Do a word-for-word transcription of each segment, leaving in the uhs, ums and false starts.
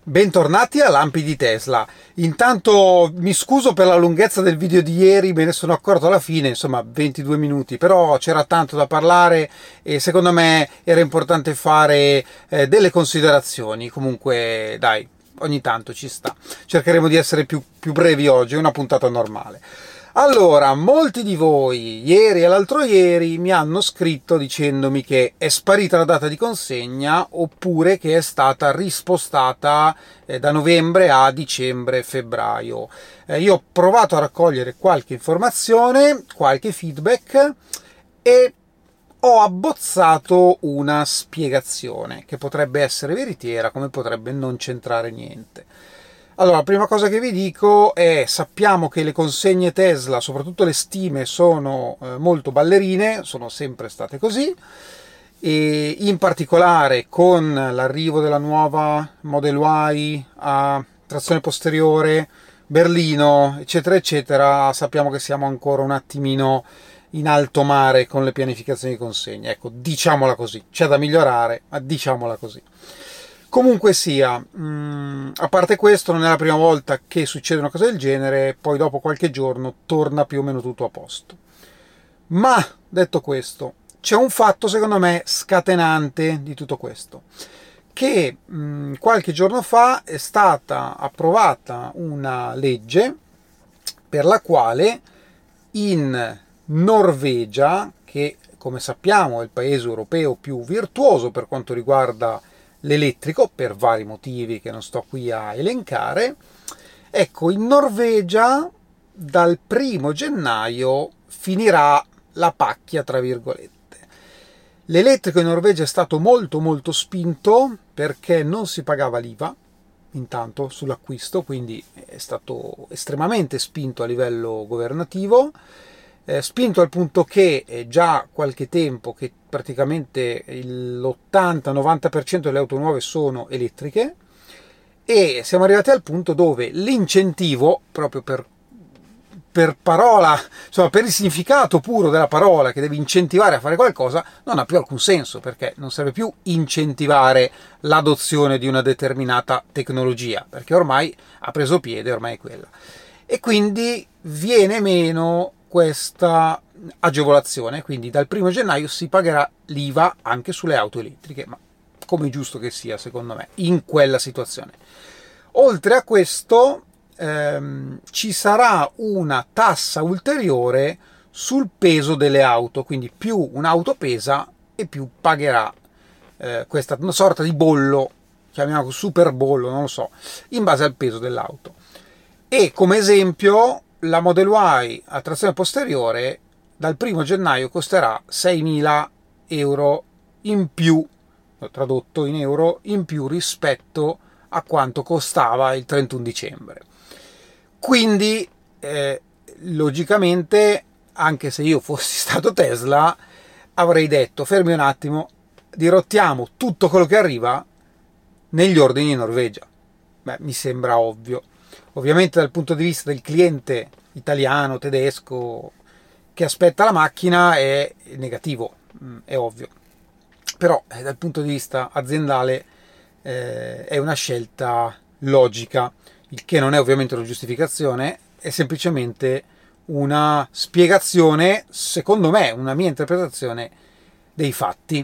Bentornati a Lampi di Tesla. Intanto mi scuso per la lunghezza del video di ieri, me ne sono accorto alla fine, insomma ventidue minuti, però c'era tanto da parlare e secondo me era importante fare eh, delle considerazioni. Comunque dai, ogni tanto ci sta. Cercheremo di essere più, più brevi oggi, è una puntata normale. Allora, molti di voi ieri e l'altro ieri mi hanno scritto dicendomi che è sparita la data di consegna oppure che è stata rispostata eh, da novembre a dicembre-febbraio. Eh, io ho provato a raccogliere qualche informazione, qualche feedback e ho abbozzato una spiegazione che potrebbe essere veritiera come potrebbe non c'entrare niente. Allora, la prima cosa che vi dico è: sappiamo che le consegne Tesla, soprattutto le stime, sono eh, molto ballerine, sono sempre state così, e in particolare con l'arrivo della nuova Model Y a trazione posteriore, berlino, eccetera, eccetera, sappiamo che siamo ancora un attimino in alto mare con le pianificazioni di consegna. Ecco, diciamola così, c'è da migliorare, ma diciamola così. Comunque sia, mh, a parte questo, non è la prima volta che succede una cosa del genere, poi dopo qualche giorno torna più o meno tutto a posto. Ma, detto questo, c'è un fatto secondo me scatenante di tutto questo, che mh, qualche giorno fa è stata approvata una legge per la quale in Norvegia, che come sappiamo è il paese europeo più virtuoso per quanto riguarda l'elettrico, per vari motivi che non sto qui a elencare, ecco, in Norvegia dal primo gennaio finirà la pacchia, tra virgolette. L'elettrico in Norvegia è stato molto molto spinto perché non si pagava l'I V A intanto sull'acquisto, quindi è stato estremamente spinto a livello governativo. Eh, spinto al punto che è già qualche tempo che praticamente l'ottanta novanta per cento delle auto nuove sono elettriche, e siamo arrivati al punto dove l'incentivo, proprio per, per parola, insomma per il significato puro della parola, che deve incentivare a fare qualcosa, non ha più alcun senso, perché non serve più incentivare l'adozione di una determinata tecnologia, perché ormai ha preso piede, ormai è quella. E quindi viene meno questa agevolazione, quindi dal primo gennaio si pagherà l'I V A anche sulle auto elettriche, ma come è giusto che sia secondo me in quella situazione. Oltre a questo ehm, ci sarà una tassa ulteriore sul peso delle auto, quindi più un'auto pesa e più pagherà eh, questa una sorta di bollo, chiamiamolo super bollo, non lo so, in base al peso dell'auto. E come esempio la Model Y a trazione posteriore dal primo gennaio costerà seimila euro in più, tradotto in euro, in più rispetto a quanto costava il trentuno dicembre. Quindi, eh, logicamente, anche se io fossi stato Tesla, avrei detto: fermi un attimo, dirottiamo tutto quello che arriva negli ordini in Norvegia. Beh, mi sembra ovvio. Ovviamente dal punto di vista del cliente italiano, tedesco, che aspetta la macchina è negativo, è ovvio. Però eh, dal punto di vista aziendale eh, è una scelta logica, il che non è ovviamente una giustificazione, è semplicemente una spiegazione, secondo me, una mia interpretazione dei fatti,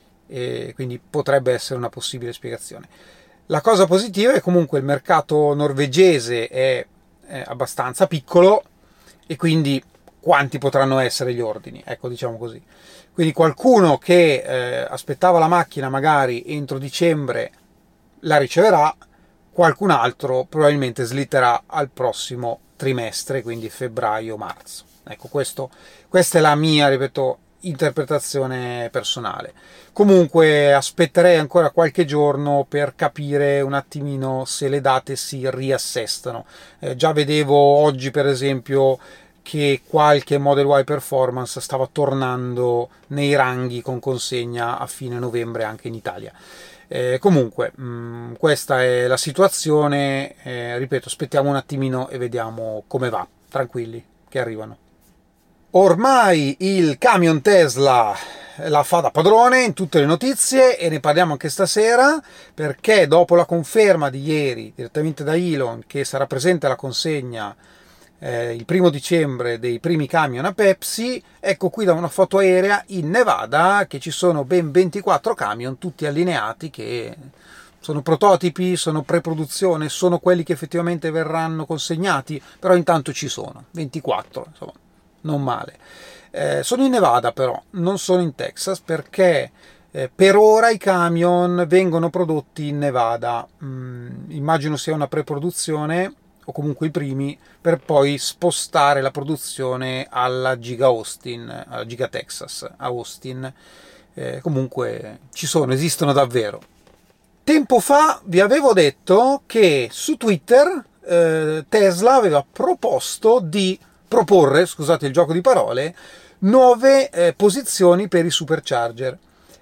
e quindi potrebbe essere una possibile spiegazione. La cosa positiva è comunque il mercato norvegese è, è abbastanza piccolo, e quindi quanti potranno essere gli ordini? Ecco, diciamo così. Quindi qualcuno che eh, aspettava la macchina magari entro dicembre la riceverà, qualcun altro probabilmente slitterà al prossimo trimestre, quindi febbraio-marzo. Ecco, questo, questa è la mia, ripeto, interpretazione personale. Comunque aspetterei ancora qualche giorno per capire un attimino se le date si riassestano. Eh, già vedevo oggi per esempio che qualche Model Y Performance stava tornando nei ranghi con consegna a fine novembre anche in Italia. Eh, comunque mh, questa è la situazione, eh, ripeto, aspettiamo un attimino e vediamo come va, tranquilli che arrivano. Ormai il camion Tesla la fa da padrone in tutte le notizie e ne parliamo anche stasera, perché dopo la conferma di ieri direttamente da Elon che sarà presente alla consegna eh, il primo dicembre dei primi camion a Pepsi, ecco qui da una foto aerea in Nevada che ci sono ben ventiquattro camion tutti allineati che sono prototipi, sono pre-produzione, sono quelli che effettivamente verranno consegnati, però intanto ci sono ventiquattro, insomma, non male. Eh, sono in Nevada però, non sono in Texas, perché eh, per ora i camion vengono prodotti in Nevada. Mm, immagino sia una pre-produzione, o comunque i primi, per poi spostare la produzione alla Giga Austin, alla Giga Texas, a Austin. Eh, comunque ci sono, esistono davvero. Tempo fa vi avevo detto che su Twitter eh, Tesla aveva proposto di proporre, scusate il gioco di parole, nuove eh, posizioni per i supercharger.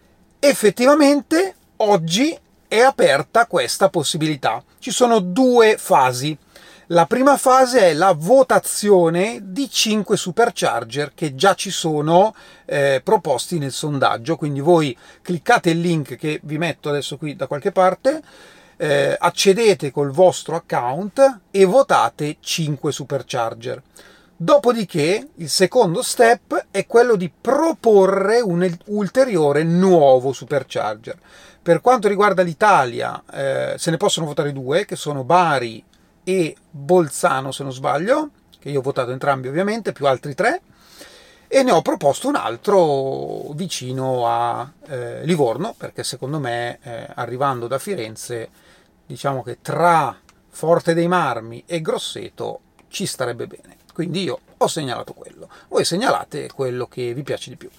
Effettivamente oggi è aperta questa possibilità. Ci sono due fasi. La prima fase è la votazione di cinque supercharger che già ci sono eh, proposti nel sondaggio, quindi voi cliccate il link che vi metto adesso qui da qualche parte, eh, accedete col vostro account e votate cinque supercharger. Dopodiché il secondo step è quello di proporre un ulteriore nuovo supercharger. Per quanto riguarda l'Italia eh, se ne possono votare due, che sono Bari e Bolzano se non sbaglio, che io ho votato entrambi ovviamente, più altri tre, e ne ho proposto un altro vicino a eh, Livorno, perché secondo me eh, arrivando da Firenze, diciamo che tra Forte dei Marmi e Grosseto ci starebbe bene. Quindi io ho segnalato quello, voi segnalate quello che vi piace di più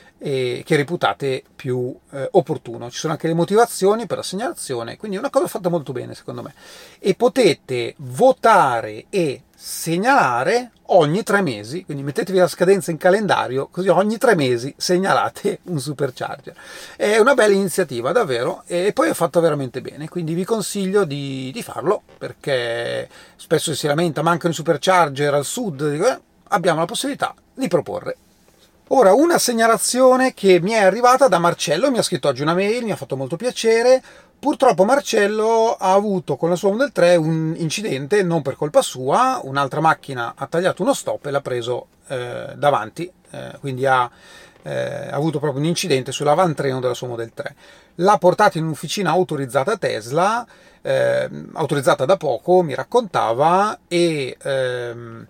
e che reputate più eh, opportuno. Ci sono anche le motivazioni per la segnalazione, quindi è una cosa fatta molto bene secondo me. E potete votare e segnalare ogni tre mesi, quindi mettetevi la scadenza in calendario, così ogni tre mesi segnalate un supercharger. È una bella iniziativa davvero, e poi è fatto veramente bene, quindi vi consiglio di, di farlo, perché spesso si lamenta mancano i supercharger al sud, dico, eh, abbiamo la possibilità di proporre. Ora, una segnalazione che mi è arrivata da Marcello, mi ha scritto oggi una mail, mi ha fatto molto piacere. Purtroppo Marcello ha avuto con la sua Model tre un incidente, non per colpa sua, un'altra macchina ha tagliato uno stop e l'ha preso eh, davanti, eh, quindi ha, eh, avuto proprio un incidente sull'avantreno della sua Model tre. L'ha portata in un'officina autorizzata Tesla, eh, autorizzata da poco, mi raccontava, e ehm,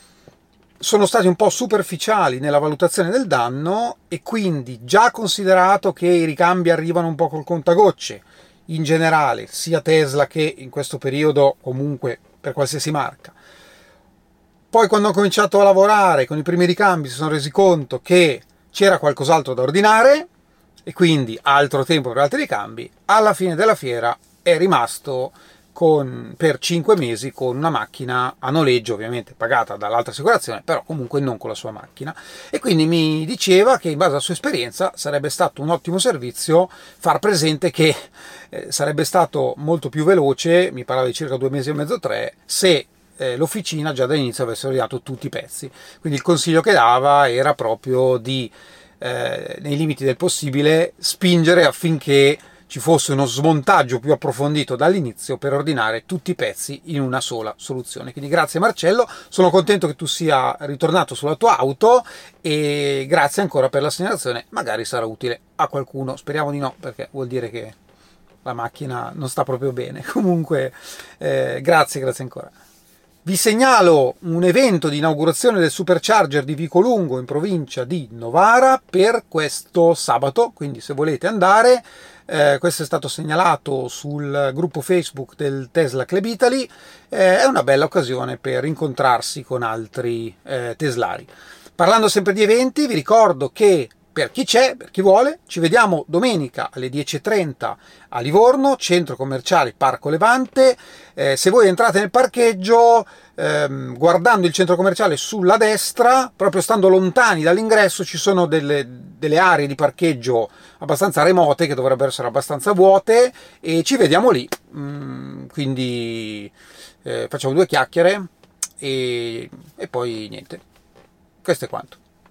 sono stati un po' superficiali nella valutazione del danno, e quindi, già considerato che i ricambi arrivano un po' col contagocce, in generale, sia Tesla che in questo periodo comunque per qualsiasi marca, poi quando hanno cominciato a lavorare con i primi ricambi si sono resi conto che c'era qualcos'altro da ordinare, e quindi altro tempo per altri ricambi, alla fine della fiera è rimasto Con, per cinque mesi con una macchina a noleggio, ovviamente pagata dall'altra assicurazione, però comunque non con la sua macchina. E quindi mi diceva che in base alla sua esperienza sarebbe stato un ottimo servizio far presente che eh, sarebbe stato molto più veloce, mi parlava di circa due mesi e mezzo, tre, se eh, l'officina già dall'inizio avesse ordinato tutti i pezzi. Quindi il consiglio che dava era proprio di, eh, nei limiti del possibile, spingere affinché ci fosse uno smontaggio più approfondito dall'inizio per ordinare tutti i pezzi in una sola soluzione. Quindi grazie Marcello, sono contento che tu sia ritornato sulla tua auto, e grazie ancora per la segnalazione, magari sarà utile a qualcuno, speriamo di no, perché vuol dire che la macchina non sta proprio bene. Comunque eh, grazie, grazie ancora. Vi segnalo un evento di inaugurazione del supercharger di Vicolungo in provincia di Novara per questo sabato, quindi se volete andare, eh, questo è stato segnalato sul gruppo Facebook del Tesla Club Italy, eh, è una bella occasione per incontrarsi con altri eh, teslari. Parlando sempre di eventi, vi ricordo che per chi c'è, per chi vuole, ci vediamo domenica alle dieci e trenta a Livorno, centro commerciale Parco Levante. Eh, se voi entrate nel parcheggio, ehm, guardando il centro commerciale sulla destra, proprio stando lontani dall'ingresso, ci sono delle, delle aree di parcheggio abbastanza remote, che dovrebbero essere abbastanza vuote, e ci vediamo lì. Mm, quindi eh, facciamo due chiacchiere e, e poi niente. Questo è quanto.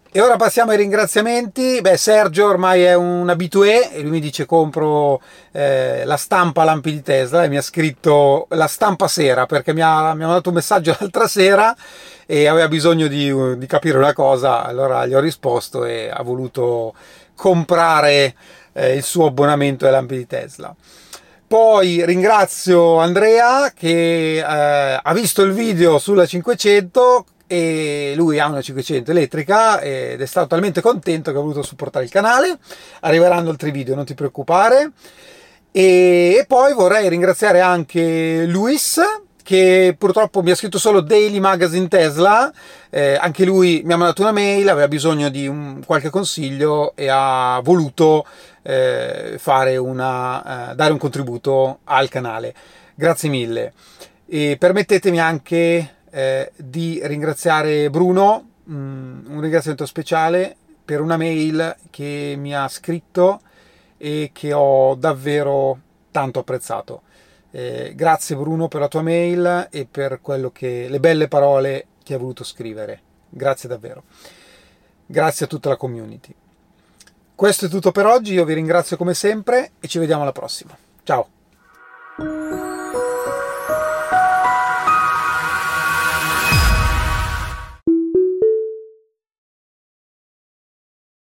E ora passiamo ai ringraziamenti. Beh, Sergio ormai è un abitué e lui mi dice compro eh, la stampa lampi di Tesla e mi ha scritto la stampa sera perché mi ha, mi ha mandato un messaggio l'altra sera e aveva bisogno di, di capire una cosa, allora gli ho risposto e ha voluto comprare eh, il suo abbonamento ai lampi di Tesla. Poi ringrazio Andrea che eh, ha visto il video sulla cinquecento e lui ha una cinquecento elettrica ed è stato talmente contento che ha voluto supportare il canale. Arriveranno altri video, non ti preoccupare. E poi vorrei ringraziare anche Luis, che purtroppo mi ha scritto solo Daily Magazine Tesla. Eh, anche lui mi ha mandato una mail, aveva bisogno di un, qualche consiglio e ha voluto eh, fare una, eh, dare un contributo al canale. Grazie mille. E permettetemi anche eh, di ringraziare Bruno, mh, un ringraziamento speciale per una mail che mi ha scritto e che ho davvero tanto apprezzato. Eh, grazie Bruno per la tua mail e per quello che, le belle parole che hai voluto scrivere. Grazie davvero. Grazie a tutta la community. Questo è tutto per oggi, io vi ringrazio come sempre e ci vediamo alla prossima. Ciao!